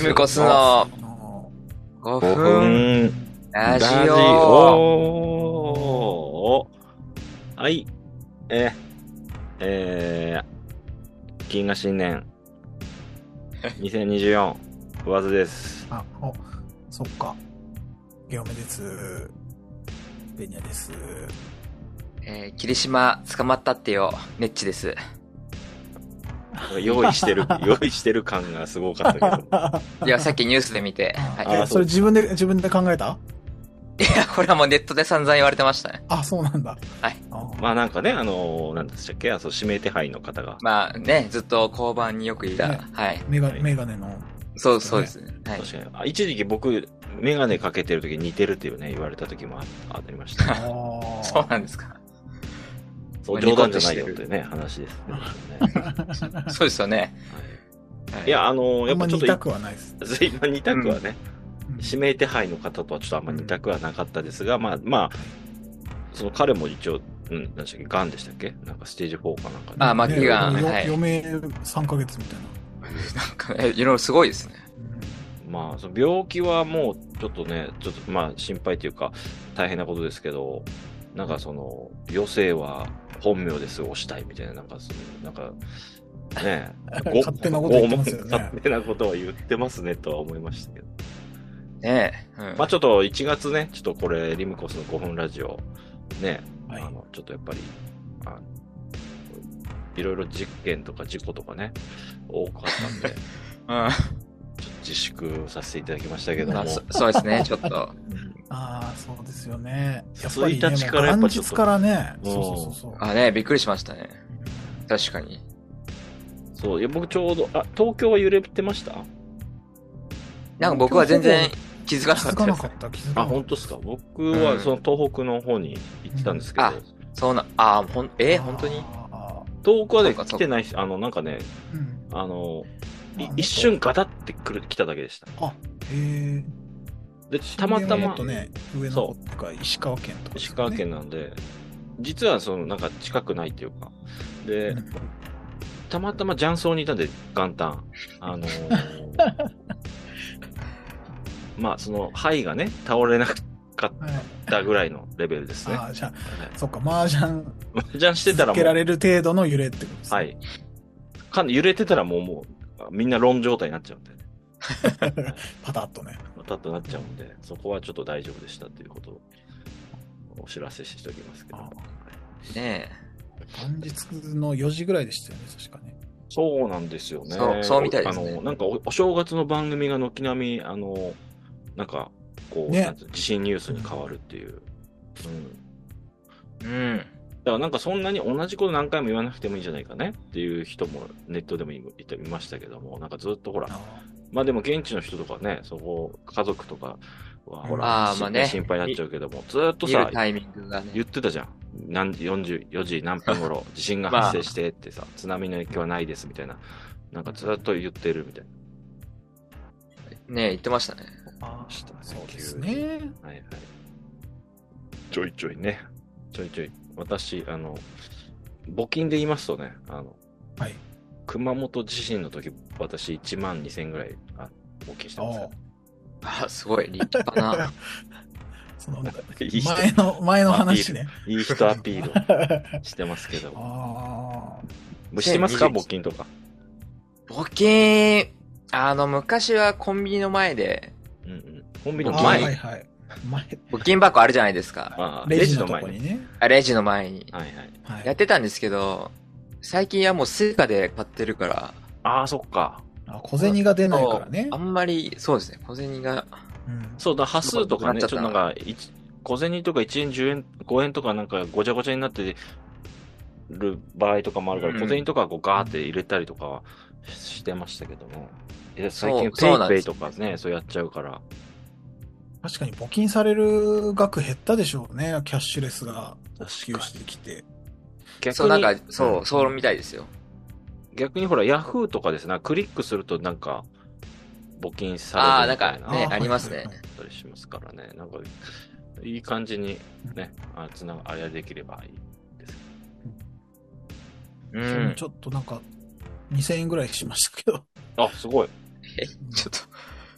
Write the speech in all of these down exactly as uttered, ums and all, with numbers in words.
ムコスのごふんラジオ。 おーはい。えー、えー、金河新年にせんにじゅうよん、上津です。 あ、お、そっか。ゲオメです。ベニャです。 えー、霧島捕まったってよ、ネッチです。 用意してる、用意してる感がすごかったけど。 いや、さっきニュースで見て。 はい、え、それ自分で、自分で考えた？ いや、これはもうネットで散々言われてましたね。 あ、そうなんだ。 はい。 まあなんかね、あのー、なんでしたっけ、あ、そう、指名手配の方が。 まあね、ずっと交番によくいた。ね、はい。 メガ、メガネの、ね。 そう、そうですね。はい。 確かに。あ、一時期僕、メガネかけてる時に似てるっていうね、言われた時も あ, ありました、ね。 そうなんですか。 そう冗談じゃないよってね、話ですね。 そうですよね。 はい、いや、あのー、やっぱちょっと。 似たくはないです。 今似たくはね、うん、指名手配の方とはちょっとあんまり似たくはなかったですが、うん、まあ、まあ、その彼も一応、うん、何でしたっけ、ガンでしたっけ、なんかステージフォーかなんか、ね。 あ、末期ガン。 ね、 はい。 余命さんかげつみたいな。なんかね、いろいろすごいですね。 うん、まあ、その病気はもうちょっとね、ちょっとまあ心配というか大変なことですけど、なんかその、余生は本名で過ごしたいみたいな、なんかその、なんか、ねえ。勝手なこと言ってますよね。 勝手なことは言ってますねとは思いましたけど。 ねえ。 うん、まあちょっといちがつね、ちょっとこれ、リムコスのごふんラジオ、ね、 はい、 あの、ちょっとやっぱり、あいろいろ実験とか事故とかね、多かったんで、 うん、 ちょっと自粛させていただきましたけども。 そ, そうですね、ちょっと。 ああ、そうですよね。 やっぱり、ね、ついたちからやっぱちょっと。 元日からね。そうそうそうそう。 あ、ね、びっくりしましたね。確かに。 そう、いや僕ちょうど、あ、東京は揺れてました？ なんか僕は全然気づかなかった。 気づかなかった、気づかなかった。 あ、本当ですか？僕はその東北の方に行ってたんですけど。うん、 あ、そうな、あ、ほん、えー、本当に？ 東北はね、来てないし、あの、なんかね、うん、あの、一瞬ガタってくる、来ただけでした。 あ、へえ。で、たまたま、 ね、上の方とか石川県とか、ね、 石川県なんで、実はその、なんか近くないっていうか、で、うん、たまたま雀荘にいたんで、元旦。あのー、まあ、その、肺がね、倒れなかったぐらいのレベルですね。 ああ、じゃあ、はい、そっか、麻雀。 麻雀してたらもう。 続けられる程度の揺れってことですね。 はい。か揺れてたらもう、もう、みんな論状態になっちゃうんで、ね。 パタッとね。 パタッとなっちゃうんで、そこはちょっと大丈夫でしたということをお知らせしておきますけど。 ねえ。 元日のよじぐらいでしたよね、確かね。 そうなんですよね。 そう、そうみたいですね。 あの、なんかお、お正月の番組が軒並み、あの、なんか、こう、ね、地震ニュースに変わるっていう。 うん。うん。 だからなんかそんなに同じこと何回も言わなくてもいいんじゃないかねっていう人もネットでもいましたけども、なんかずっとほら、まあでも現地の人とかね、そこ、家族とかはほら、 まあね、 心配になっちゃうけども、ずっとさ、 タイミングがね、 言ってたじゃん。何時、よんじゅうよじ何分頃、地震が発生してってさ、まあ、津波の影響はないですみたいな、なんかずっと言ってるみたいな。ねえ、言ってましたね。 ああ、そうですね。 はいはい。ちょいちょいね。ちょいちょい。私、あの、募金で言いますとね、あの、 はい。 熊本地震の時、私いちまんにせんぐらいあ募金してますから。 あ、すごい、立派な。 その前の、前の話ね。 いい人アピールしてますけど。ああ。してますか募金とか。 募金、あの、昔はコンビニの前で。 うんうん。コンビニの前。 はいはい。 前募金箱あるじゃないですか。 あレジの前にね。 あ、レジの前に。 はいはい。 やってたんですけど、最近はもうスイカで買ってるから。 ああ、そっか。 あ、小銭が出ないからね。 あんまり、そうですね、小銭が。 うん、そうだ、端数とかね、ちょっとなんか、小銭とかいちえん、じゅうえん、ごえんとかなんかごちゃごちゃになってる場合とかもあるから、うん、小銭とかこうガーって入れたりとかはしてましたけども。最近ペイペイとかね、そうやっちゃうから。 確かに募金される額減ったでしょうね、キャッシュレスが普及してきて。 逆にそう、なんか、そう、うん、そうみたいですよ。 逆にほら、ヤフーとかですね、クリックするとなんか、募金されるみたいな。 ああ、なんかね、ありますね。 あったりしますからね。なんか、いい感じにね、あつなあれできればいいです。 うん。うん、ちょっとなんか、にせんえんぐらいしましたけど。 あ、すごい。 え、ちょっと、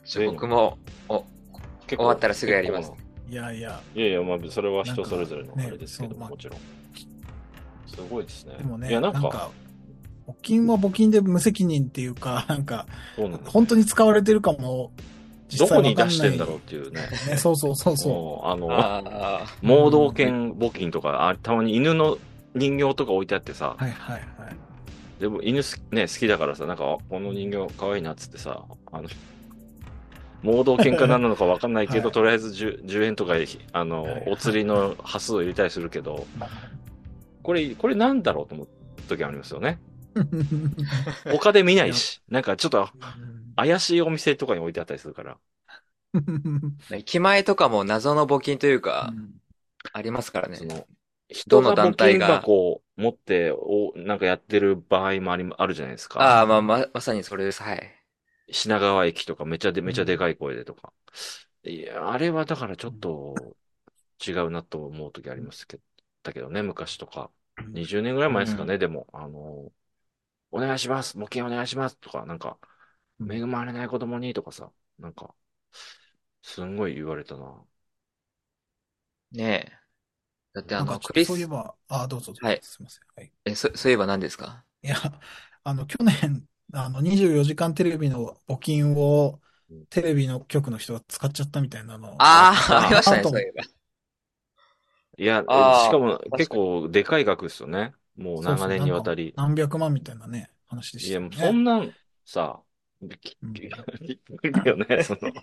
じゃあ僕も、お、 結終わったらすぐやります。 いやいや。 いやいや、まあ、それは人それぞれのあれですけど、 ね、 もちろん。すごいですね。 でもね、 いや、なんか、 なんか募金は募金で無責任っていうか、なんか、 そうなんだ本当に使われてるかも、 どこに出してんだろうっていうね。 ねそうそうそうそう。あの、 あ盲導犬募金とか、あたまに犬の人形とか置いてあってさ、 はいはいはい。 でも犬すね、好きだからさ、なんか、あこの人形可愛いなっつってさ、あの、盲導犬か何なのか分かんないけど、 はいとりあえず 10, じゅうえんとか、あの、 はいお釣りの端数を入れたりするけど、これ、これなんだろうと思った時ありますよね。他で見ないし、なんかちょっと怪しいお店とかに置いてあったりするから。 あ。駅前とかも謎の募金というか、ありますからね。 その人どのが募金団体が。 箱を持ってお、なんかやってる場合もあり、あるじゃないですか。 ああ、まあ、ま、まさにそれです。はい。 品川駅とかめちゃで、めちゃでかい声でとか。いや、あれはだからちょっと違うなと思う時ありますけど、だけどね、昔とか。にじゅうねんぐらい前ですかね、 うんでも、あの、お願いします、募金お願いしますとか、なんか、恵まれない子供にとかさ、なんか、すんごい言われたな。 ねえ。だってあの、 なんかちょっとクリス、 そういえば、あ、どうぞどうぞ。 はい。 すいません。はい。 え、そ、そういえば何ですか？ いや、あの、去年、あの、にじゅうよじかんテレビの募金を、テレビの局の人が使っちゃったみたいなの。 ああ、ありましたね、 あとそういえば。 いや、えしああ、 かも確かに結構でかい額ですよね。もうそうそう、 長年なんかにわたり。 何百万みたいなね、話でいや、もうしたよね。 そんなんさ、きうんききよね、その。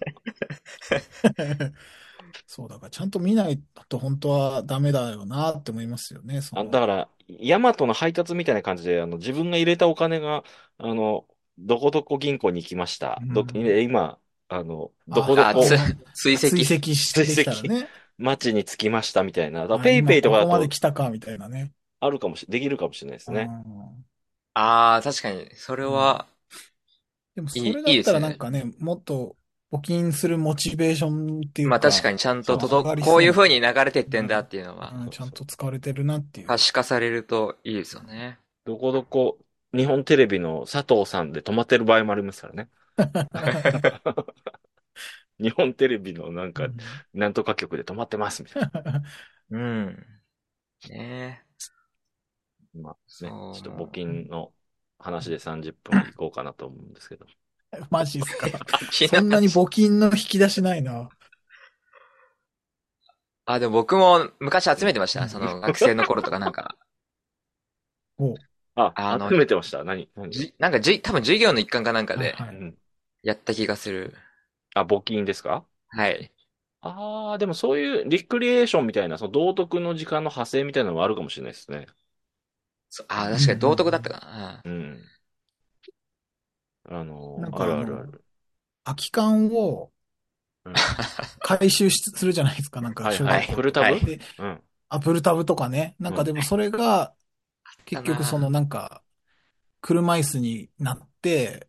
そう、だからちゃんと見ないと本当はダメだよなって思いますよね、そあ、 の。 だから、ヤマトの配達みたいな感じで、あの、自分が入れたお金が、あの、どこどこ銀行に行きました。ど、 うん今、あの、どこどあ、 こつ、 あこの追跡。 追跡してきたらね。 町に着きましたみたいな。だからあ、 ペイペ今ここまでイとかだと来たか、みたいなね。 あるかもし、できるかもしれないですうね。 んああ、確かに、それは、 でもいい、 それだったいいですね。 らなんかね、もっと募金するモチベーションっていうまあ確か、 かにちゃんと上届く、 がりそうなこういう風に流れてってんだっていうのは、 うん、ちゃんと使われてるなっていう。 可視化されるといいですよね。 どこどこ、日本テレビの佐藤さんで止まってる場合もありますからね。日本テレビのなんか、なんとか局で止まってますみたいな。 うん。ねまあね、 そうちょっと募金の話でさんじゅっぷんいこうかなと思うんですけど。 マジっすか。 え。 そんなに募金の引き出しないな。 あ、でも僕も昔集めてました。その学生の頃とかなんか、 おうあ、 あの集めてました。何何じ、なんかじゅ、多分授業の一環かなんかではいはい。 うん。 やった気がする。 あ、募金ですか？ はい。 ああ、でもそういうリクリエーションみたいな、その道徳の時間の派生みたいなのはあるかもしれないですね。 そあ、確かに道徳だったかな。 うん。あのなんー、あかあの、 るあるある。 空き缶をうん。 回収しするじゃないですか、なんかはいはい。 小学校プルタブ、 はいで、 うん。 アプルタブとかね。なんかでもそれが、結局そのなんか、車椅子になって、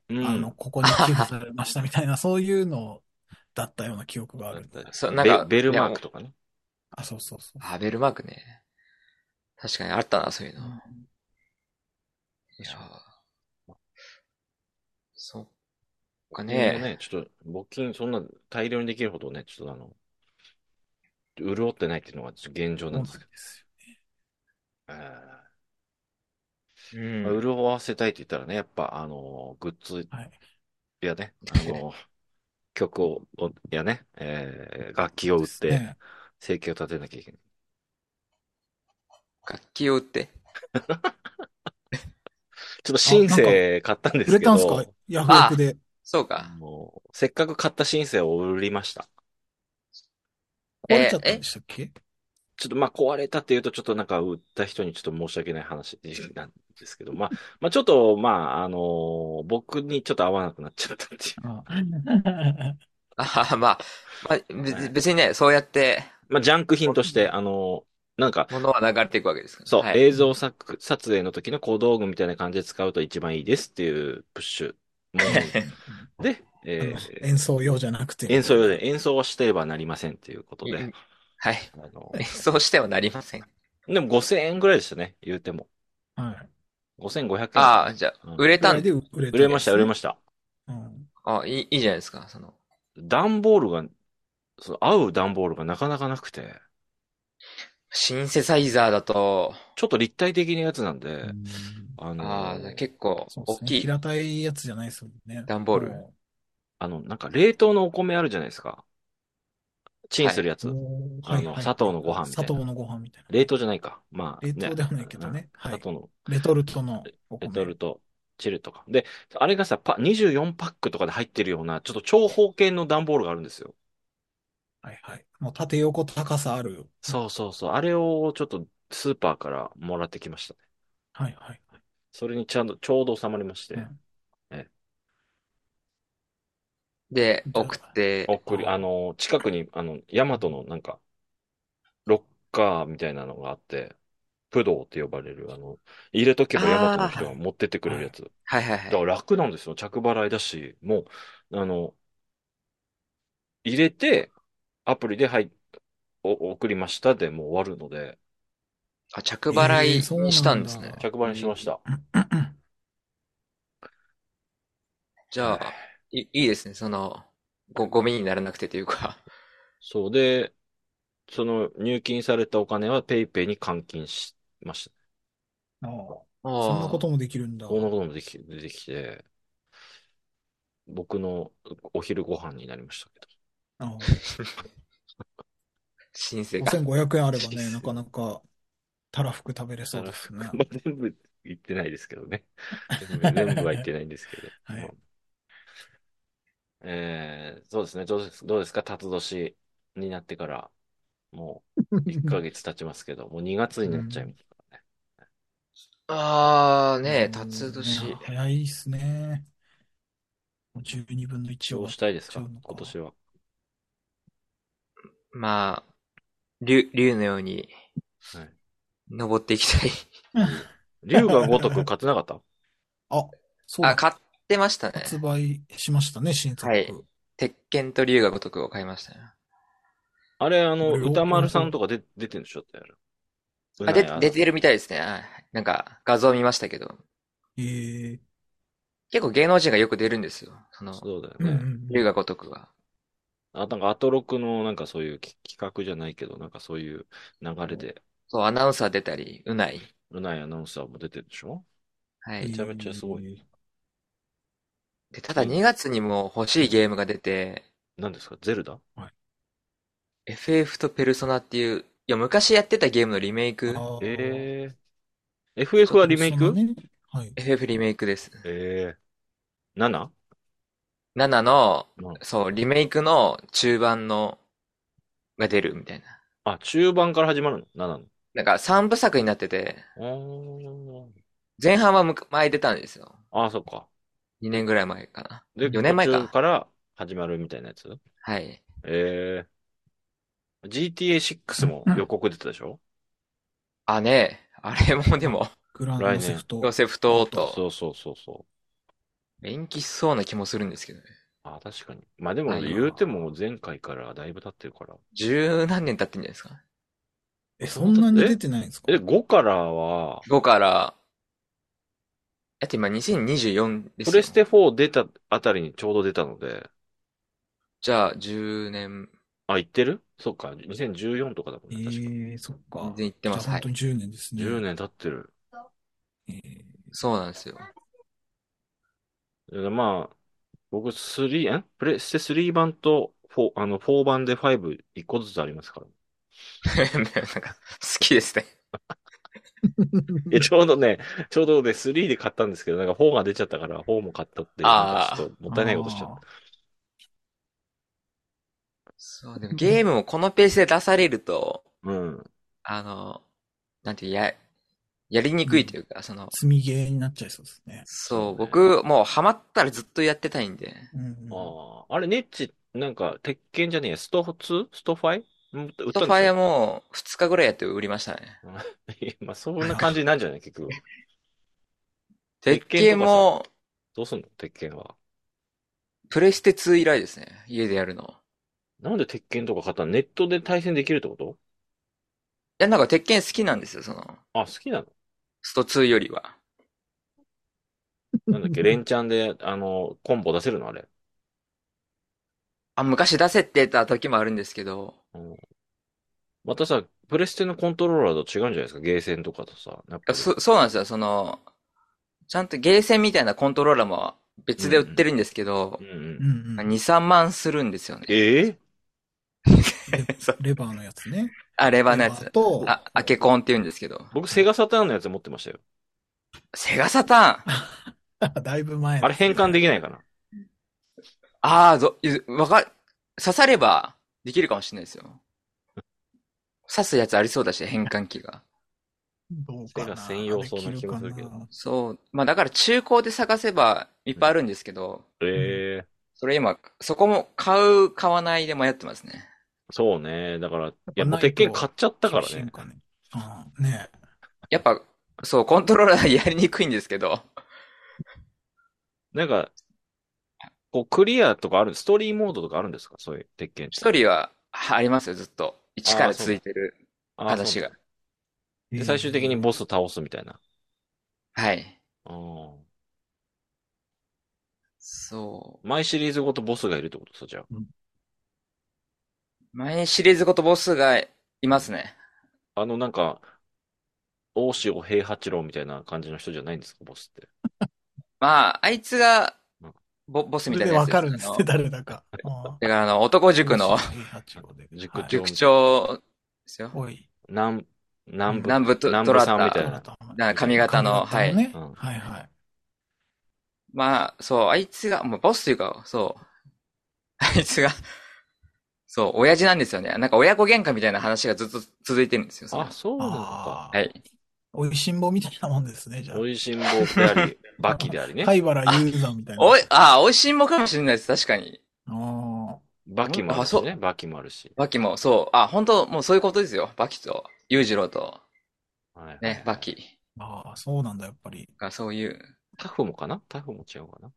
うん。 あの、ここに寄付されましたみたいな、そういうのだったような記憶があるんで。 そう、なんベ、 か、 ベルマークねとかね。 あ、そうそうそう。 あ、ベルマークね。確かにあったな、そういうの。 うんいやーそっか募金もね。 ね、ちょっと、募金そんな大量にできるほどね、ちょっとあの、潤ってないっていうのがちょっと現状そうなんんなですけですど。えうーまあん。 潤わせたいって言ったらね、やっぱあの、グッズよ。はい。 やね、あの、曲を、やね、えー楽器を売ってね、 生計を立てなきゃいけない。 楽器を売って。 ちょっとシンセ買ったんですけ売れたんすかど、 ヤフオクで。 そうか。 もう、せっかく買ったシンセを売りました。 壊れちゃったんえ、 でしたっけちょっとまあ壊れたっていうとちょっとなんか売った人にちょっと申し訳ない話なんですけど、まあ、まあちょっとまああのー僕にちょっと合わなくなっちゃったっていう。 ああ、まあ、まあ、別別にね、そうやって、 まあジャンク品として、あのーなんか、 物は流れていくわけですから。 そう、 はい。 映像作、撮影の時の小道具みたいな感じで使うと一番いいですっていうプッシュ。もうで、 あのえー演奏用じゃなくて。 演奏用で演奏はしてればなりませんっていうこといで、 はい。 あの演奏してはなりません。 でもごせんえんぐらいでしたね、言うても。 はい。 ごせんごひゃくえんかな。 ああ、じゃあ、 うん売れたん、 ぐらいで売れたんですね。 売れました、売れました。 うん。 あいい、いいじゃないですか、その。 段ボールが、その合う段ボールがなかなかなくて、 シンセサイザーだと、 ちょっと立体的なやつなんうで、 ん。 あああ、 の、 結構そうですね。 大きい平たいやつじゃないですもんね。 段ボール。 もあの、なんか冷凍のお米あるじゃないですか。チンはい。 う、 するやつ。 おーはいあの、 はいはい砂糖のごはい。 飯みたいな。 砂糖のご飯みたいな。はい。 冷凍じゃないか。まあね、 冷凍ではないけうん、 どね。はい。 砂糖の、 レトルトのお米。 レトルト、チルとか。で、あれがさ、パ、にじゅうよんパックとかで入ってるような、ちょっと長方形の段ボールがあるんですよ。 はいはい。もう縦横高さある。 そうそうそう。あれをちょっとスーパーからもらってきましたね。 はいはいはい。 それにちゃんと、ちょうど収まりまして。 うん。 え、 で、 じゃ送って、 送り、ああ、 の、近くに、あの、ヤマトのなんか、ロッカーみたいなのがあって、プドーって呼ばれる、あの、入れとけばヤマトのああ、 人が持ってってくれはい。 るやつ。 はいはいはい。 だから楽なんですよ。着払いだし、もう、あの、入れて、アプリで、はい、お、送りましたでもう終わるので、 あ、着払ええ、 いにしそうなんだ。 たんですね。 着払いしましええ、 た。 じゃあ、 はい。 い、いいですね。その、ご、ゴミにならなくてというか。 そうで、その入金されたお金はペイペイに換金しました。 ああ、そんなこああ、 ともできるんだ。あこんなこともでき、出てきて、僕のお昼ご飯になりましたけど。 あ、 申請が。 ごせんごひゃくえんあればね、な申請。 かなかたらふく食べれそうたら、 ですね。 まあ、全部言ってないですけどね。全部、全部は言ってないんですけど。 はい。 まあ、えー、そうですね。どうです、どうですか辰年になってから、もういっかげつ経ちますけど、もうにがつになっちゃいまうん。 すからね。 ああ、 もねえ、辰うね、 年。 早いっすね。もうじゅうにぶんのいち終どうわっしたいですかちゃうのか。 今年は？ まあ、竜、竜のようにはい。 登っていきたい。 竜。竜が如く勝てなかった？ あ、 あ、 そうだ。 買ってました発ね。 売しましたね、新はい。 作。 鉄拳と竜が如くを買いましたね。 あれ、あの、 両歌丸さん方。 とかで出てんでしょってやる。うあ、で、 ないあなた。 出てるみたいですね。はい。なんか、画像見ましたけど。 ええ、 結構芸能人がよく出るんですよ。その、 そうだようんうんうね。 龍ん。 が如くは。 あ、なんかアトロクのなんかそういうき企画じゃないけど、なんかそういう流れで、 そう、アナウンサー出たり、うない。 うないアナウンサーも出てるでしょ？ はい。 めちゃめちゃすごい。 ええ、 で、ただいいね。 にがつにも欲しいゲームが出て、 何ですかゼルダ？ はい。 エフエフ とペルソナっていう、いや、昔やってたゲームのリメイあク。 あ、 えー、エフエフそう、 はペルリメイク？ ソナね。はい。 エフエフ リメイクです。 えー、なな？ ななの、 うん。 そう、リメイクの中盤の、が出るみたいな。 あ、中盤から始まるの？ なな の。 なんかさんぶさくになってて、 あー、 前半はむか前出たんですよ。 あー、そっか。 にねんぐらい前かな。 で、 4年途前か。 中から始まるみたいなやつ？ はい。 えー、ジーティーエーシックス も予告出てたでしょ？ あ、ねえ、あれもではい。 も、 グランドセフ来年。 トヨセフトオーオート。 ト、 そうそうそうそう。 延期しそうな気もするんですけどね。 あ、確かに。まあでも内容。 言うても前回からだいぶ経ってるから。 十何年経ってんじゃないですか。 え、 そんな経って、 そんなに出てないんですか？ え、え、ごからは、 ごから、だって今にせんにじゅうよんですよ。 プレステフォー出たあたりにちょうど出たので、 じゃあじゅうねん、 あ、言ってるそっか、にせんじゅうよんとかだもんね、確か。 ええ、そっか。 全然言ってます。はじゃあ本当にい。 じゅうねんです 10 ね。 年経ってる。 ええ、 そうなんですよ。 でまあ、僕さん、んプレステスリー版とよん、あの、よん版でご、いっこずつありますから。 なんか、好きですね。 いや、ちょうどね、ちょうどね、スリーで買ったんですけど、なんかよんが出ちゃったから、よんも買ったっていう、なんかちょっああ。 ともったいないことしちゃった。 ああ。 そう、でもゲームもこのペースで出されると、 うん。 あの、なんていう、や、やりにうん。 くいというか、その、 積みゲーになっちゃいそうですね。 そう、 そうね。 僕、もうハマったらずっとやってたいんで、 うんうんああ、あれ、ネッチ、なんか、鉄拳じゃねえや、スト ツー？ ストファイ？うん、売っストファイはたんでしょ？ もうふつかぐらいやって売りましたね。 うんいやまあ、そんな感じになんじゃない結局は。鉄鉄拳とかさ、 拳も、 どうすんの鉄拳は。 プレステツー以来ですね。家でやるの。いなんで鉄拳とか買ったの？ネットで対戦できるってこと？ や、なんか鉄拳好きなんですよ、その、 あ、好きなの？ ストツーよりは。 なんだっけ、連チャンで、あの、コンボ出せるのあれ？ あ、昔出せって言った時もあるんですけど、 うん、またさ、プレステのコントローラーと違うんじゃないですか、ゲーセンとかとさ、やっぱり。 そ、そうなんですよ。その、ちゃんとゲーセンみたいなコントローラーも別で売ってうんるんですけど、 うん。うんううんん。 うん。 に、さんまんするんですよね。 ええレ、 そう。 レバーのやつね。 あ、レバーレバーのやつ。 と、 あ、アケコンって言うんですけど。 僕、セガサターンのやつ持ってましたよ。 セガサターン。 だいぶ前あれ変換ですね。 できないかな？ ああ、ぞ、わか、刺さればできるかもしれないですよ。刺すやつありそうだし、変換器が。 どうセガかな、 専用そうなできるか気もするけど。 な。 そう。まあだから中古で探せばいっぱいあるんですけど、 うん。 ええそれ今、そこも買う、買わないで迷ってますね。 そうね。だから、いや、 やっぱもう鉄拳買ないとっちゃったか厳らね。 しいんかね。ああ、ねやっぱ、そう、コントローラーやりにくいんですけど、 なんか、こう、クリアとかある、ストーリーモードとかあるんですか、そういう鉄拳って？ 一人ははありますよ、ずっと。一かああ、 らそうなん続いてるああ、そう話が。 なんえ。 で、最終的にボスええ、 倒すみたいな。 はい。 ああ。 そう。 毎シリーズごとボスがいるってことそじゃあ。 うん。 前シリーズごとボスがいうん。 ますね。 あの、なんか、大塩平八郎みたいな感じの人じゃないんですか、ボスって。 まあ、あいつがうん。 ボ、ボスそれでわみたいなやつです。 かるんですね、 あの、 誰だか。ああ、 だからあの、男塾の大塩平八郎で。 塾はい。 塾長みたいな。 長ですよ。 おい。 南、 うん。 南部、 南部ト、ト南部さんみたラタ、 いな、 トラタマ、 な髪みたいな。 髪型の、はい。 型のね。 うん。 はいはい。 まあ、そう、あいつが、もうボスというか、そう、あいつが、そう、親父なんですよね。なんか親子喧嘩みたいな話がずっと続いてるんですよ、そあ、 の。 そうなのか。 ああ、 はい。 おいしんぼみたいなもんですね、じゃ美味しんぼであり、バキでありね。 貝原あ、 雄山みたいな。 おい、あ、美味しいもかもしれないです、確かに。 あバキおあ、そう。 もあるしね。バキもあるし。 バキも、そう。あ、本当もうそういうことですよ。バキと、裕次郎と、 はいはいはね、バい。 キあ、ああ、そうなんだ、やっぱり。 がそういう。 タフもかなタフも違うかな？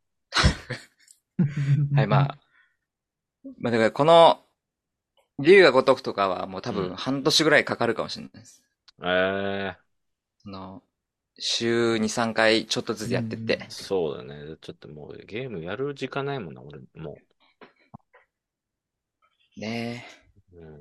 はい、まあ。まあ、だからこの、竜が如くとかはもう多分うん。 半年ぐらいかかるかもしれないです。 ええその、週に、さんかいちょっとずうつやってって。 ん。 そうだね。ちょっともうゲームやる時間ないもんな、俺。もねう。うん。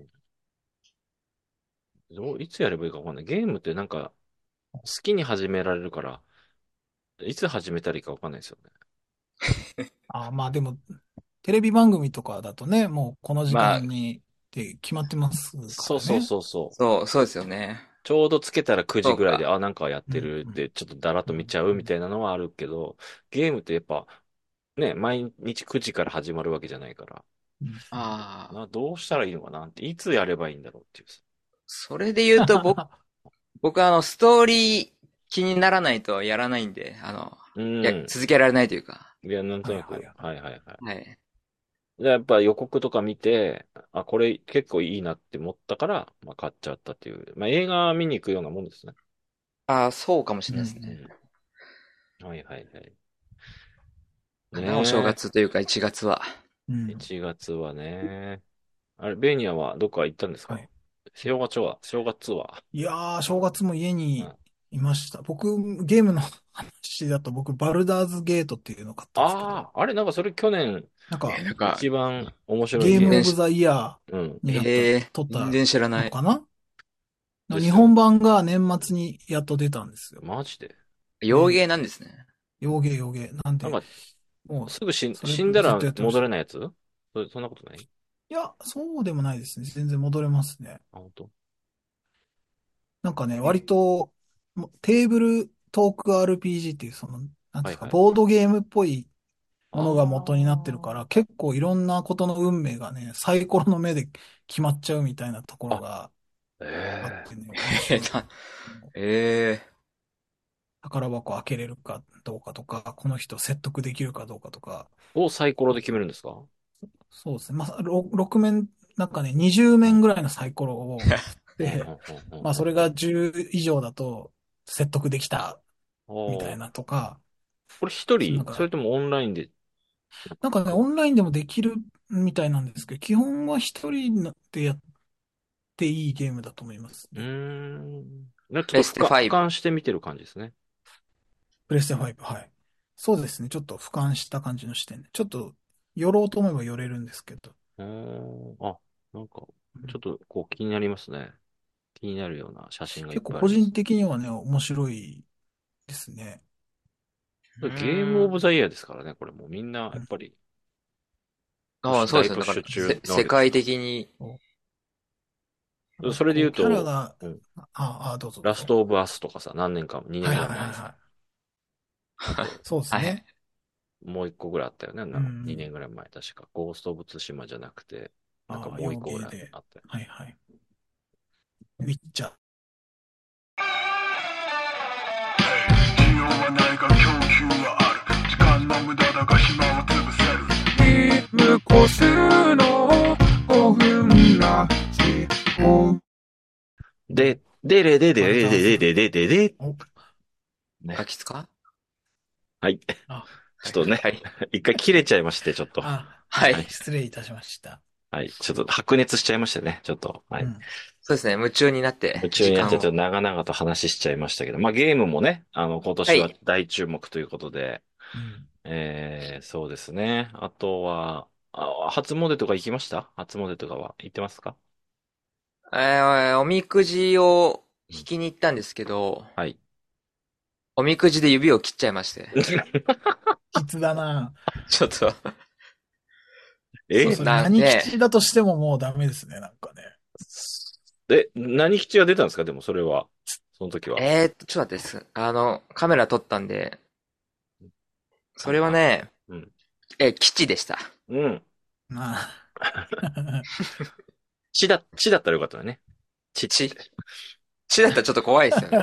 どう、いつやればいいかわかんない。ゲームってなんか、好きに始められるから、いつ始めたらいいかわかんないですよね。 ああ、まあでも、テレビ番組とかだとね、もうこの時まあ、 間にって決まってますかそうそうらね。 そうそう。 そう、そうですよね。 ちょうどつけたらくじぐらいで、 そうか。 あ、なんかやっうん、 てるっうん、 て、ちょっとだらっと見うん。 ちゃうみうん。 たいなのはあるけど、ゲームってやっぱ、ね、毎日くじから始まるわけじゃないから、 うん。 ああ。 な、どうしたらいいのかなって、いつやればいいんだろうっていう。 それで言うと、僕、僕はあの、ストーリー気にならないとやらないんで、あの、 ういや、 ん。 続けられないというか。 いや、なんとなく、 はいはいはい。 はいはいはい。 はい。 じゃあやっぱ予告とか見て、あ、これ結構いいなって思ったから、まあ買っちゃったっていう。まあ映画見に行くようなもんですね。 ああ、そうかもしうん。 れないですね。 うん。はいはいはい。 かな、お正ね月というかいちがつは。 え。 うん。 いちがつはね。あれ、ベーニャはどっか行ったんですか？ はい。 正月は、正月は。 いやー、正月も家にうん。 いました。僕、ゲームの話だと僕、バルダーズゲートっていうのを買ったんですけど、 ああ、あれなんかそれ去年え、 なんか、 なんか、 一番面白いゲームオゲーム。 全然し、 ブザイヤうん。 ーになった、 ええ全取った然知らない。 のかな。日ですよ。 本版が年末にやっと出たんですよ。 マジで。 で、 洋芸なんですね。 洋芸洋芸。なんで、 なんか、 もう、 すぐ死ん、 それ死んだらずっとやってました。 戻れないやつ？そ、そんなことない？ いや、そうでもないですね。全然戻れますね。 あ、本当？ なんかね、割と、もうテーブルトーク アールピージー っていう、その、なんですか、 はいはい。 ボードゲームっぽいものが元になってるかあら、結構いろんなことの運命がね、サイコロの目で決まっちゃうみたいなとこあ。 ろがあ、ええあってね、面え白い。 だええ宝箱開けれるかどうかとか、この人説得できるかどうかとか、 をサイコロで決めるんですか？ そうですね。まあ、ろろく面、なんかね、にじゅううん。 面ぐらいのサイコロを振っうん、うん、 て、 うん、うん。 まあ、それうん。 がじゅう以上だと説得できたみたおー。 いなとか、 これ一人なんか、 それともオンラインでやっなんかね、 てる？ オンラインでもできるみたいなんですけど、基本は一人でやっていいゲームだと思いますうーね。 ん。なんかちプレステょっと俯瞰、俯ファイブ。 瞰して見てる感じですね。 プレステファイブ、はい。そうですね。ちょっと俯瞰した感じの視点で。ちょっと寄ろうと思えば寄れるんですけど。 うーん。あ、なんか、ちょっとこう気になりますね。気になるような写真がいっ結構個人ぱいあります。 的にはね、面白いですね。 うゲームオブーん。 ザイヤーですからね、これもうみんな、やうんっぱり、プッああ、 シュ、 そうですね。だ大プッシュから、せ、 中なわ世界けですか的に、 そうやっら。 ぱりこう、 それで言うキャラと、 が、 うん、 ああ、どうぞどうぞ。 ラストオブアスとかさ、何年か、2 はい年ぐらい前にさ、 はいはいはい。 あと、 そうですはいはい。 ね。 もう一個ぐらいあったよね。 うなんか2 ん。 年ぐらい前、確か。ゴースト・オブ・ツシマじゃなくて、なんかああ、 もう一洋個ぐらい芸で。 あったよね。 はいはい。ウィッチャー。 需要はないが供給はある時間の無駄だが暇を潰せるリムコスのごふんラジオで、でれででれでバルダーズ。 ででででで、 お、 ね。 ガキツカはい。 あ、 ちょっとね、 はい。 一回切れちゃいまして、ちょっと。 あ、 はい。 はい。 失礼いたしました。 はい。ちょっと白熱しちゃいましてね、ちょっと。はい。 うん。 そうですね。夢中になって夢中になっちゃって、 時間を。 長々と話しちゃいましたけど、まあゲームもね、あの、今年ははい。 大注目ということで、 うん。 えー、そうですね。あとは、あ、初詣とか行きました？初詣とかは行ってますか？ えー、おみくじをうん。 引きに行ったんですけど、 はい。 おみくじで指を切っちゃいまして。 吉だな。 ちょっと、 そう、 えそれな、 何ね吉だとしてももうダメですね、なんかね。 え、何吉が出たんですか？でもそれは。その時は。 えーっと、ちょっと待ってです。あの、カメラ撮ったんで、それはあ、 ね、 うん。 え、基地でした。 うん。 なあ。 地だ、地だったらよかったよね。地っ地て。 地だったらちょっと怖いですよね。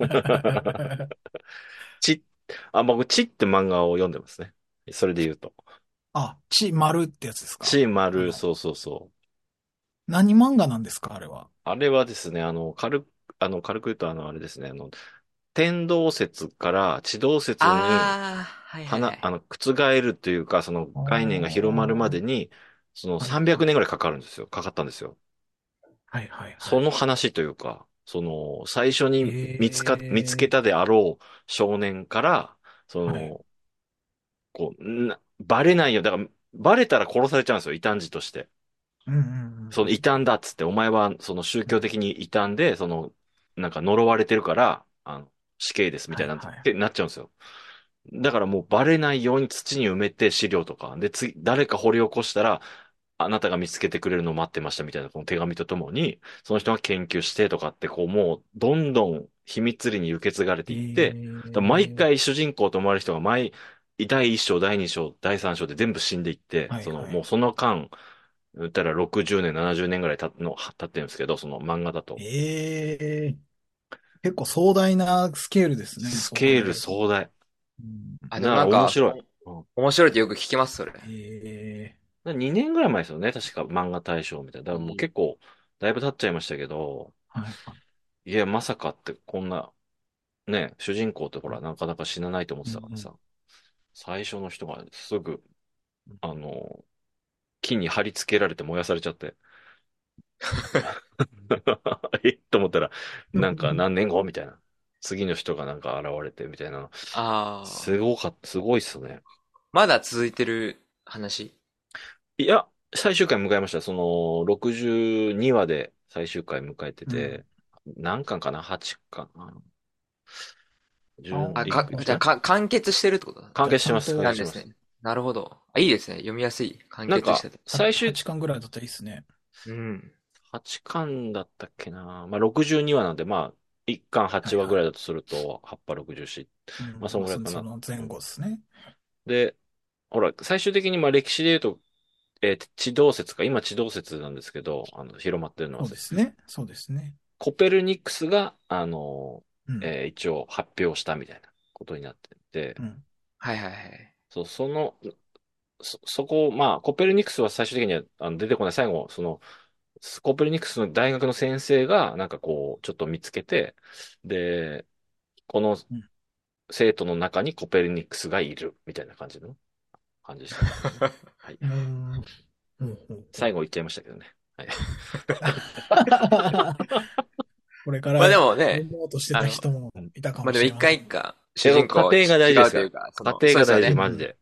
地、あ、僕、地って漫画を読んでますね。それで言うと。 あ、ち、丸ってやつですか？ 地丸、 あの、 そうそうそう。 何漫画なんですかあれは？ あれはですね、あの、軽く、あの、軽く言うと、あの、あれですね、あの、天動説から地動説に、 あー、はいはいははな、あい。 の、覆るというか、そのあ概念が広まるまあ、 でに、そのはい 300 はい。 年ぐらいかかるんですよ。かかったんですよ。 はいはいはそい。 の話というか、その、最初に見つか、見つけええ、 たであろう少年から、そはい。 の、こう、な、バレないよ。だから、バレたら殺されちゃうんですよ。異端児として。 うんうんその異端だっつって、お前はその宗うん。 教的に異端で、その、なんか呪われてるから、あの、死刑ですみたいな、っはいはい。 てなっちゃうんですよ。だからもうバレないように土に埋めて資料とか。で、次、誰か掘り起こしたら、あなたが見つけてくれるのを待ってましたみたいな、この手紙とともに、その人が研究してとかって、こう、もう、どんどん秘密裏に受け継がれていって、だから毎ええ、 回主人公と思われる人が毎、第一章、第二章、第三章で全部死んでいって、その、 はいはい。 もうその間、言ったらろくじゅうねん、ななじゅうねんぐらい経の、経ってるんですけど、その漫画だと。 ええ、結構壮大なスケールですね、 スケールそう考えると。 壮大。 うん、 あ、でもならなんか、 面白い。うん面白いってよく聞きます、それ。 ええ、 にねんぐらい前ですよね。確か漫画大賞みたいな。だからもう結構、だいぶ経っちゃいましたけど、 はいはい。 いや、まさかってこんな、ね、主人公ってほら、 うんなかなか死なないと思っうんうんてたからさ、最初の人がすぐ、あの、木に貼り付けられて燃やされちゃって、えっと思ったら、なんか何年後みたいな。次の人がなんか現れてみたいな。 あー、 すごかった、すごいっすね。 まだ続いてる話？ いや、最終回迎えました。その、ろくじゅうにわで最終回迎えてうん。 て、何巻かな？ はち 巻かな？ あじゅうあ、 いか、 くつじゃあか、完結してるってこと完じゃあ結してます、完ちゃんと結してます。 なんですね。なるほど。あ、いいですね。読みやすい。完なんか、 結してて。 は最終はちかんぐらいだったらいいですね。 うん。 はちかんだったっけな。まあ、ろくじゅうにわなんで、まあ、いっかんはちわぐはいはい。 らいだとすると、はっぱろくじゅうよん。まあ、 うん。まあ、その、 そんぐらいかな。 その前うん。 後ですね。 で、ほら、最終的にまあ歴史で言うと、えー地動説か、今地動説なんですけど、あの、広まってるのは、 そうですね。そうですね。 コペルニクスが、あの、 うん。 えー一応発表したみたいなことになってて、 うん。 はいはいはい。 そう、その、そ、そこ、まあ、コペルニクスは最終的にはあの出てこない。最後、その、コペルニクスの大学の先生が、なんかこう、ちょっと見つけて、で、このうん。 生徒の中にコペルニクスがいる、みたいな感じの感じでしたけどね。はい。 うーん。ほうほうほう。 最後言っちゃいましたけどね。はい。 これかまあでらもね、 読もうとしてあの、 た人もうん。 いたかもまあでも一しれません。 回一回、 いや、 主人公過程が大違事ですから。 うというか、そ過の、 程が大事、 そうですよね。 マジで。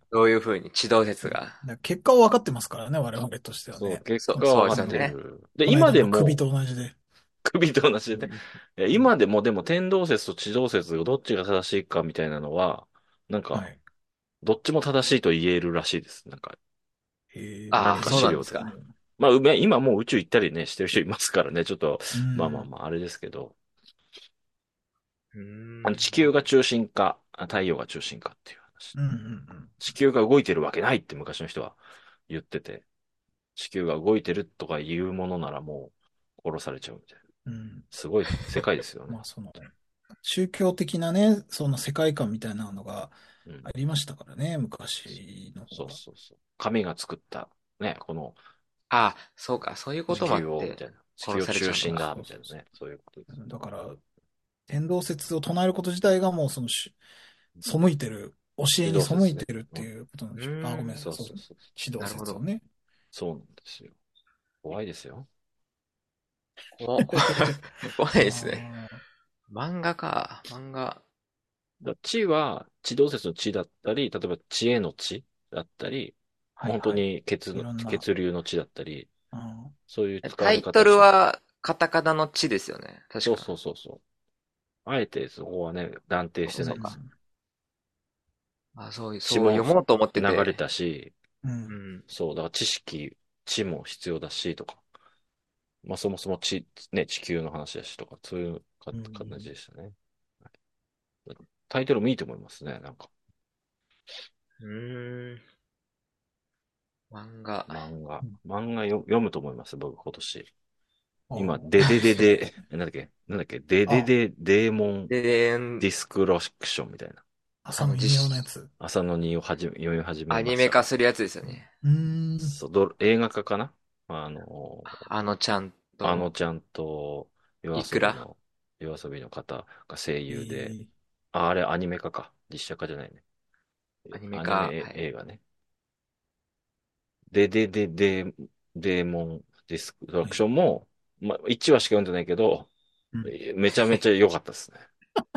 どういう風に、地動説が。 だから結果は分かってますからね、我々としてはそう、 ね。 結果そうは分かってそうですよね。 る。で、 この間今での首も、 と同じで。 首と同じでね。いや今でもでも天動説と地動説どっちが正しいかみたいなのは、なんか、 はい。 どっちも正しいと言えるらしいです。なんか、 へああ、 なんかそう資料で。 なんですか。 まあ、うめ今もう宇宙行ったりね、してる人いますからね、ちょっと、 うまあまあん。 まあ、あれですけど、 うーあのん。 地球が中心か、太陽が中心かっていう話。 うんうん地球が動いてるわけないって昔の人は言ってて、地球が動いてるとか言うものならもう殺されちゃうみたいな。 うん。うん。 すごい世界ですよね。 まあその、宗教的なね、その世界観みたいなのがうん。 ありましたからね、昔のそう方が。 そうそう。神が作った、ね、このああ、そうか。そういうこともあ地球を、みって、 たいな。地球殺されちゃうんだ。 中心だ、 そうそうそみたいなね。そういうことです。 う。だから、天動説を唱えること自体がもうそのし、背いてる、教えに地動説ね。 背いてるっうん。 ていうことなんうでしょう。あ、ごーん。 めん、そうそう。 そうそうそう。 指導なるほど。 説をね。 そうなんですよ。怖いですよ。 怖、怖い怖いですね。 ああ、 漫画か。漫画。 だ地は、地動説の地だったり、例えば知恵の地だったり、もう本当はいはい。 に血の、 いろんな、 血流の地だったり、 うん、 そういう使わタイトれ方をします。 ルはカタカナの地ですよね。確そうそうか。 そうそう。あえてそこはね、断定してそうか。 ないです。 あ、そういう、 血もそう読もうと思ってて。 流れたし、 うん、 うん。 そう、だから知識、知も必要だし、とか。まあそもそも地、ね、地球の話だしとか、そういうかうん、 感じでしたね。タイトルもいいと思いますね、なんか。 うーん。漫画。 漫画。 うん。 漫画よ読むと思います、僕今年。今、 あデデデデ、なんだっけなんだっけデデあ、 デデーモンで、でんディスクロクションみたいな。 あの、 浅野引用のや実、 つ。 朝のにをはじめ、読み始めアニました。 メ化するやつですよね。 うーん。 そう、ど映画化かなあの、 あのちゃんと、 あのちゃんと夜いくら遊びの、夜遊びの方が声え優で、 ー、 あ、あれアニメ化か。実写化じゃないね。 アニメアニメ化、はい。 映画ね。で、で、で、で、デーモンディスクロクショはい。 ンも、まあ、いちわしか読んでないけど、 うん。 めちゃめちゃ良かったですね。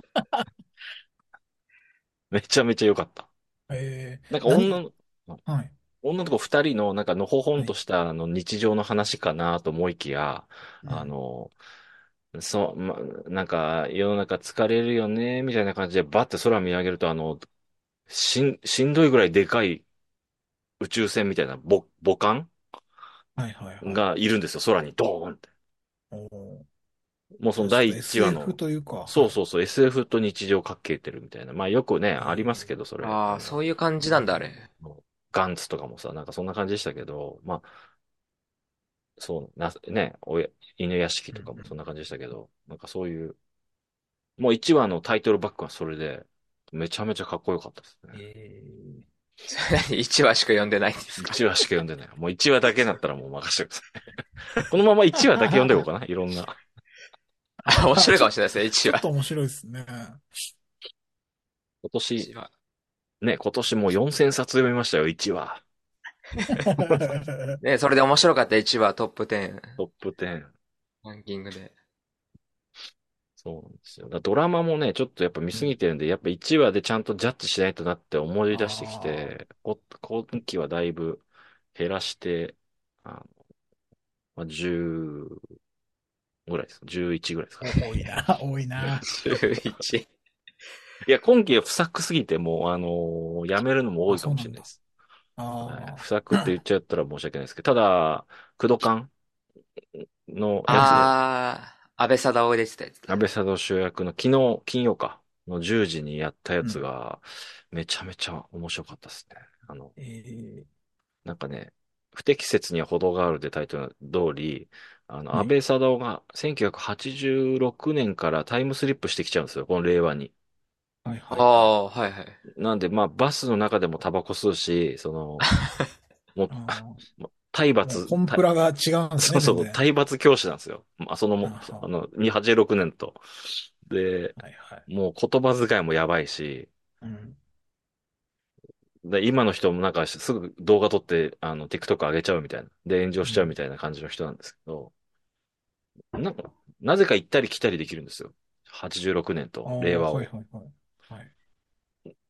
めちゃめちゃ良かった。 えー、 なんか女何、 の、 はい。 女の子二人のなんかのほほんはい。 としたあの日常の話かなと思いきや、 うん。 あの、そう、ま、なんか世の中疲れるよね、みたいな感じでバッて空見上げるとあの、しん、しんどいぐらいでかい宇宙船みたいな母、母艦はいはいはい。 がいるんですよ、空にドーンって。 おー、 もうその第ちょっと一話エスエフの、 というか、はい。 そうそうそう、エスエフ と日常かけてるみたいな。まあよくね、 えありますけど、 ー、 それ。 ああ、 あの、 そういう感じなんだ、あれ。 ガンツとかもさ、なんかそんな感じでしたけど、まあ、そう、な、ね、おや、犬屋敷とかもそんな感じでしたけど、なんかそういう、もういちわのタイトルバックはそれで、めちゃめちゃかっこよかったですね。 えー、 いちわしか読んでないんですか？ いちわしか読んでない。もういちわだけだったらもう任せてください。このままいちわだけ読んでいこうかな。いろんな。 あ、面白いちょ、 かもしれないですね、1話。 ちょっと面白いですね。 今年、 いちわ。 ね、今年もうよんせんさつ読みましたよ、いちわ。 ね、それで面白かったいちわトップじゅうトップじゅう。 ランキングで。 そうなんですよ。だからドラマもね、ちょっとやっぱ見うん。 すぎてるんで、やっぱいちわでちゃんとジャッジしないとなって思い出してきあて、こ今期はだいぶ減らして、あの、まあ、じゅうぐらいですか。じゅういちぐらいですかあ、 ね。 多いな、多いな。 じゅういち。 いや、今期は不作すぎて、もう、あのーやめるのも多あ、 いかそうなんだ。 もしれないです。はい、 あ不作って言っちゃったら申し訳ないですけど、ただ、クドカンのやつで、 あー、安倍貞夫出てたやつだ。 安倍貞夫主役の昨日、金曜か、のじゅうじにやったやあ、うん。 つが、めちゃめちゃ面白かったですね。あの、 えー、 なんかね、不適切には程があるでタイトル通り、あの、 はい。 安倍貞夫がせんきゅうひゃくはちじゅうろくねんからタイムスリップしてきちゃうんですよ、この令和に。 はいはいはい。 あー、はいはい。 なんで、まあ、バスの中でもタバコ吸うし、その、もう、 あー、 もう体もう罰、体コンプラが違うんですね、 そうそう、 全然。 体罰教師なんですよ。まあ、そのも、 あはあの、にはちじゅうろくねんと。で、 はいはい。 もう言葉遣いもやばいし、 うん。 で、今の人もなんかすぐ動画撮って、あの、TikTok 上げちゃうみたいな。で、炎上しちゃうみうん。 たいな感じの人なんですけど、なんか、なぜか行ったり来たりできるんですよ。はちじゅうろくねんと令ああ、 和を。 はいはいはい。はい。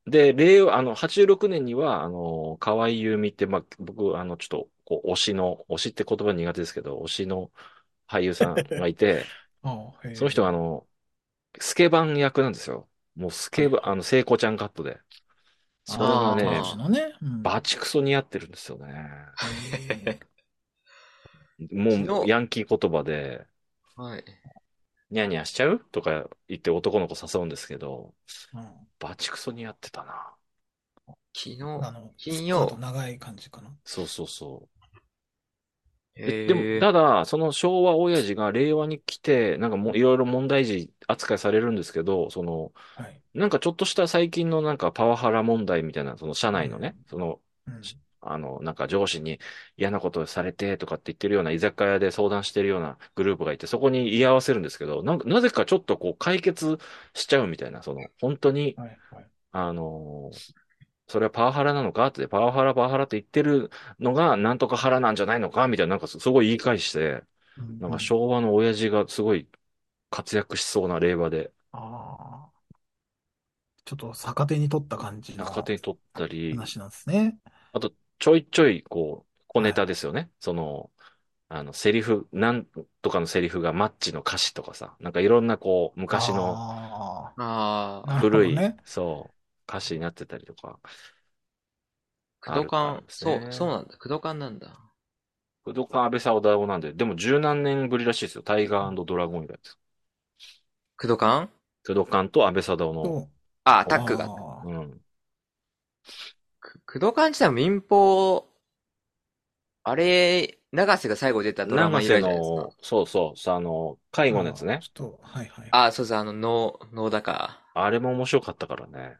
で、令和、あの、はちじゅうろくねんには、あの、河合優美って、まあ、僕、あの、ちょっと、こう、推しの、推しって言葉苦手ですけど、推しの俳優さんがいて、 ああ、へその人が、あえ。 の、スケバン役なんですよ。もうスケバン、 はいはい。 あの、聖子ちゃんカットで。それがああ、当ね、 時のね。うん。 バチクソ似合ってるんですよね。 へえ。 もう、 昨日、 ヤンキー言葉で、 はい。 ニャーニャーしちゃうとか言って男の子誘うんですけど、 うん。 バチクソ似合ってたな。 昨日、 あの、スカート金曜。 長い感じかな。 そうそうそう。で、でも、 へえ。 ただ、その昭和親父が令和に来て、なんかもういろいろ問題児扱いされるんですけど、その、 はい。 なんかちょっとした最近のなんかパワハラ問題みたいな、その社うん。 内のね、その、しうん。 あの、なんか上司に嫌なことをされてとかって言ってるような居酒屋で相談してるようなグループがいて、そこに居合わせるんですけど、なんか、なぜかちょっとこう解決しちゃうみたいな、その、本当に、 はいはい。 あのそれはパワハラなのかって、パワハラ、パワハラって言ってるのが、なんとかハラなんじゃないのかみたいな、なんかすすごい言い返して、 うんうん。 なんか昭和の親父がすごい活躍しそうな令和で、 ああ、ちょっと逆手に取った感じの逆手に取ったり、 話なんですね。 あと、ちょいちょい、こう、小ネはい。 タですよね。その、あの、セリフ、なんとかのセリフがマッチの歌詞とかさ、なんかいろんなこう、昔のああ、なるああ、 古い、 ほどね。 そう、歌詞になってたりとか、 クある、ありドカン、 ますそう、そうね。 なんだ。クドカンなんだ。 武道館安倍沙汰男なんで、でも十何年ぶりらしいですよ。タイガードラゴン以来です。 クドカン武道館と安倍沙汰の、 と、 あ、タッグが。 あうん。 ククドカン自体も民放、あれ、長瀬が最後出たドラマ以長瀬来じゃないですか。 の、そうそう、さあの、介あ、 護のやつああ、 ね。 ちょっと、はいはいはい。 あ、そうそう、あの、ノー、ノーだか。 あれも面白かったからね。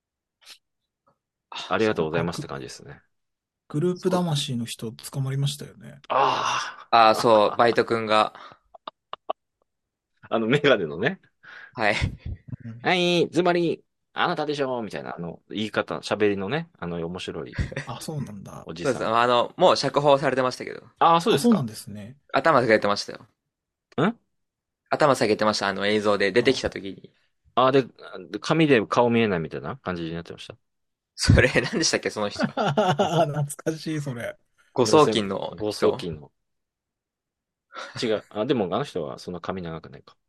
あ、 ありがとうなんかグ、 ございますって感じですね。 グループそう、 魂の人捕まりましたよね。 ああ、そう、バイあ、 ト君が。 あの、メガネのね。 はい。 うん。 はい、ズバリ、あなたでしょみたいな、あの、言い方、喋りのね、あの、面白いあ、そうなんだ。 そうです。 おじさん。 あの、もう釈放されてましたけど。 ああ、そうであ、そうなんすか。 ですね。 頭下げてましたよ。 ん頭下げてました、あの映像で出てきあ、 た時に。 ああ、で、髪で顔見えないみたいな感じになってました。 それ、何でしたっけ、その人。 懐かしい、それ。 誤送ごせん、 金のご送人。 金の。違う。あ、でもあの人はそんな髪長くないか。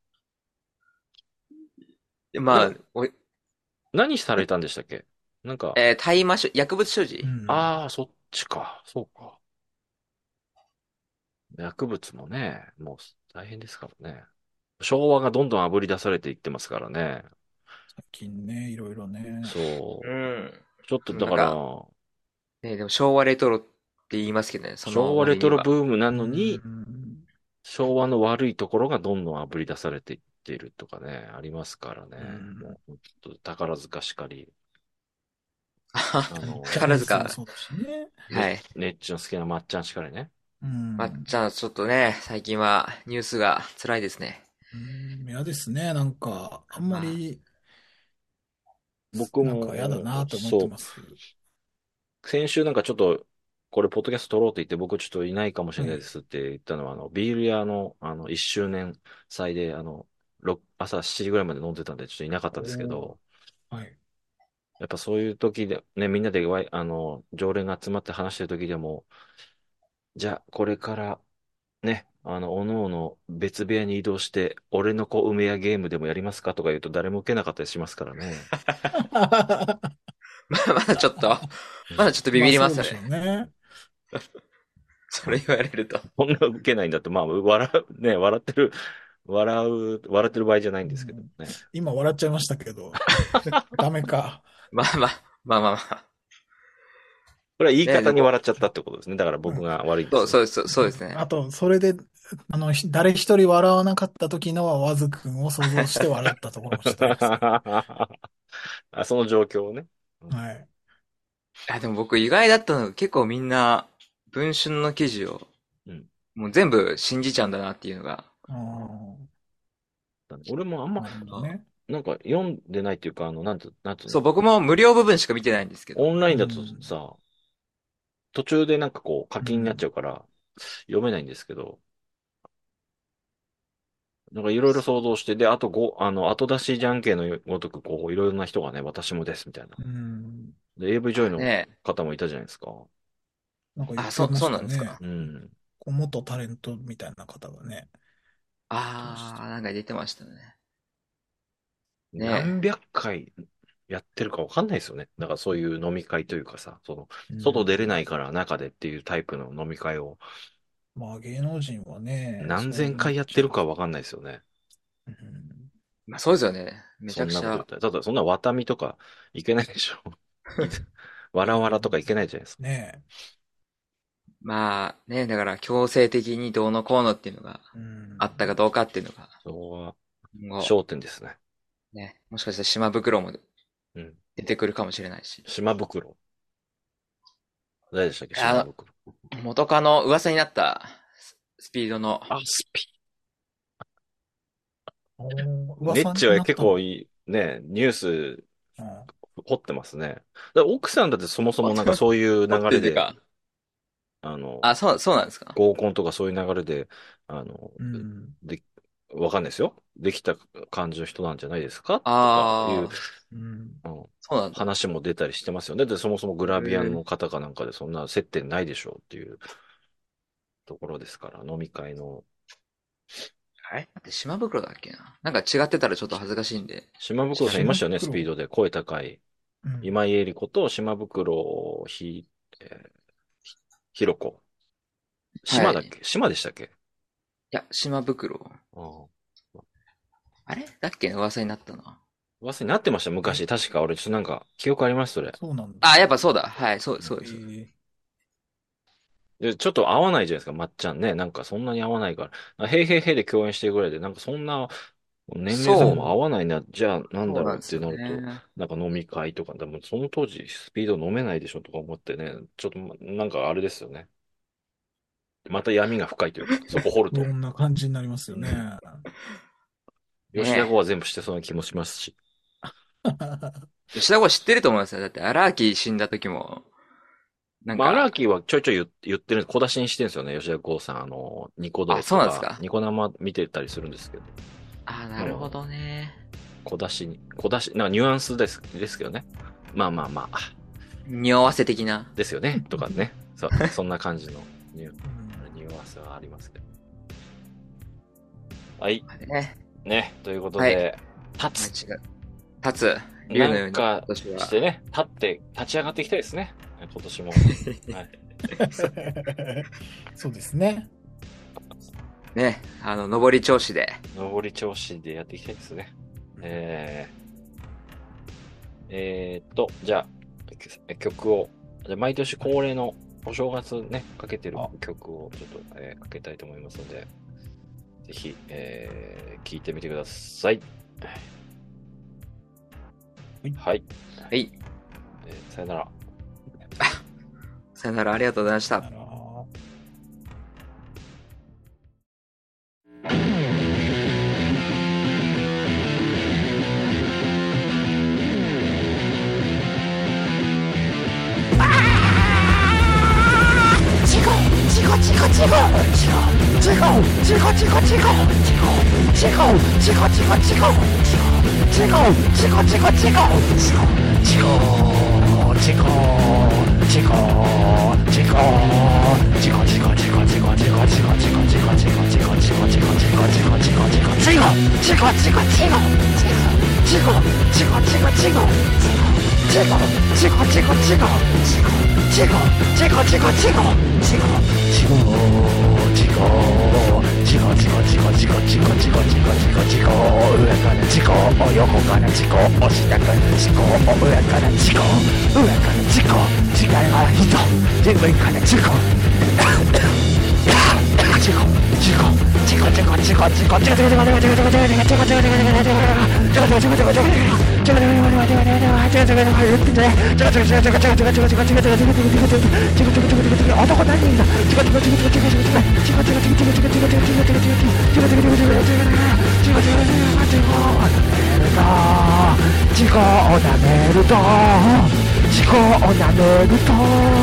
な、 まあ、お何されたんでしたっけ？なんか、 えー大麻所、薬物所持。 うん。 ああ、そっちか。そうか。薬物もね、もう大変ですからね。昭和がどんどん炙り出されていってますからね。 最近ね、いろいろね。 うそう。 ん。 ちょっとだから、 なんか、ね、でも昭和レトロって言いますけどね、その昭和レトロ割には。 ブームなうのに、 ん。 昭和の悪いところがどんどん炙り出されていっているとかね、ありますからね。 うん。 もう、ほんと宝塚しかり、あの、 ジャニーズも宝塚、 そうだしね。 ね、 はい。 ねっちの好きなまっちゃんしかりね。 うまっん。 ちゃん、ちょっとね、最近はニュースが辛いですね。 うん、嫌ですね。なんか、あんままあ、 り、 僕なんか嫌だも、 なと思ってそう、 ます。 先週なんかちょっと、これ、ポッドキャスト撮ろうって言って、僕ちょっといないかもしれはい。 ないですって言ったのは、あの、ビール屋の、あの、いっしゅうねん祭で、あの、ろ朝しちじぐらいまで飲んでたんで、ちょっといなかったんですけおー。 ど、 はい。 やっぱそういう時で、ね、みんなでわい、あの、常連が集まって話してる時でも、じゃあ、これから、ね、あの、おのおの別部屋に移動して、俺の子梅やゲームでもやりますかとか言うと誰も受けなかったりしますからね。 まあ、まだちょっと、まだちょっとビまビりますよね。 あそうでしょうね。 それ言われると。 こんな受けないんだって、まあ、笑う、ね、笑ってる、笑う、笑ってる場合じゃないんですけどうん、 ね。 今笑っちゃいましたけど、ダメか。 まあまあ、まあまあまあ。 これは言いね、でも、 方に笑っちゃったってことですね。だから僕が悪いんでそう、 すね。 そうです、そうですね。 あと、それで、あの、ひ誰一人笑わなかった時のわずくんを想像して笑ったところもちょっとありますけあ、その状況をね。うど。 んはい。 いや、でも僕意外だったのが結構みんな、文春の記事を、 うんもう全部信じちゃうんだなっていうのが。 あー、 俺もあんま、 なるほどあね。 なんか読んでないっていうか、あの、なんつ、なんつうそう、 の、 僕も無料部分しか見てないんですけど。 オンラインだとうん。 さ、途中でなんかこう課金になっちうん。 ゃうから読めないんですけど、 なんかいろいろ想像して、で、あとご、あの、後出しじゃんけんのごとく、こう、いろいろな人がね、私もです、みたいな。 うん。 で、エーブイ 女優のね方もいたじゃないですか。 なんか言あ、そう、 ってましたそうなんですか。 ね。 うん。 こう元タレントみたいな方がね。 あー、なんか出てましたね。ねえ何百回やってるかわかんないですよね。だからそういう飲み会というかさ、その、 うん外出れないから中でっていうタイプの飲み会をまあ芸能人はね、 何千回やってるかわかんないですよね。 うんまあそうですよね。めちそゃくちゃんなこと言っ。たら。ただそんなワタミとかいけないでしょ。わらわらとかいけないじゃないですか。 ねまあね、だから強制的にどうのこうのっていうのがえ。うんあったかどうかっていうのが、 そこは今後焦点ですね。 ね、もしかしたら島袋もうん。 出てくるかもしれないし。 島袋。誰でしたっけ、 あ島袋。 元カノ噂になったススピードの、 あ、スピ。 おーネ噂にッチはなった結構いい、ね、ニュースうん掘ってますね。だから奥さんだってそもそもなんかそういう流れで、 かあの、 あ、そう、そうなんですか。 合コンとかそういう流れで、あの、 うん。 で、わかんないですよ。できた感じの人なんじゃないですかとかいうああ、 うん。 うんそうなんだ。 話も出たりしてますよね。で、そもそもグラビアの方かなんかでそんな接点ないでしょうっていうところですから、飲み会の。 あれだって島袋だっけな。なんか違ってたらちょっと恥ずかしいんで。 島袋さんいましたよね、 島袋スピードで。声高い。 うん今井絵理子と島袋ひ、えーひ、ひろこ。島だっけ、島でしたっけいや、島袋。 あああれだっけ噂になったな。 噂になってました、昔。確か俺、ちょっとなんか、記憶あります、それ。 そうなんだ。 あ、やっぱそうだ。はい、そう、そうです。 えで、ちょっと合わないじゃないですか、まっちゃんね。なんかそんなに合わないから。へいへいへいで共演してるぐらいで、なんかそんな、年齢差も合わないな、じゃあなんだろうってなると、 そうなんですよねなんか飲み会とか、でもその当時スピード飲めないでしょとか思ってね、ちょっとまなんかあれですよね。また闇が深いというか、そこ掘ると。 ーこんな感じになりますよね。 吉田剛は全部してそうな気もしますし。 吉田剛知ってると思いますよ。だって荒木死んだ時も、なんか、 まあ、荒木はちょいちょい言言ってる、小出しにしてるんですよね、吉田剛さん。あの、ニコ動とあそうなんですかニコ生見てたりするんですけど。 あ、なるほどね。 小出しに、小出し、なんかニュアンスです、ですけどね。まあまあまあ、 匂わせ的な。 ですよね、とかね。そ、そんな感じのニュニュアンスはありますけど。はい。 ね。 ね、ということはいで、立つ。 間違う。立つ。竜のようになんか今年はしてね、立って、立ち上がっていきたいですね。今年も。はい。 そうですね。 ね、あの、上り調子で。 上り調子でやっていきたいですね。えー、えーっと、じゃあ、曲を、じゃあ毎年恒例のお正月ね、かけてる曲をちょっと、えーかけたいと思いますので、ぜひ、えー、聴いてみてください。はい。 はい。 えーさよなら。 さよなら、ありがとうございましたあ。の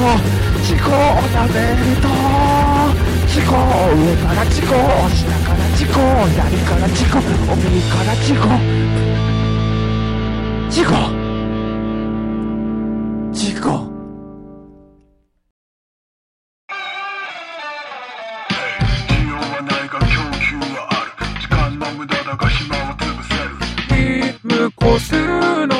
上から事故をしながら事故、左から事故、お右から事故、事故、事故。需要はないが供給はある。時間の無駄だが暇を潰せる。リムコスの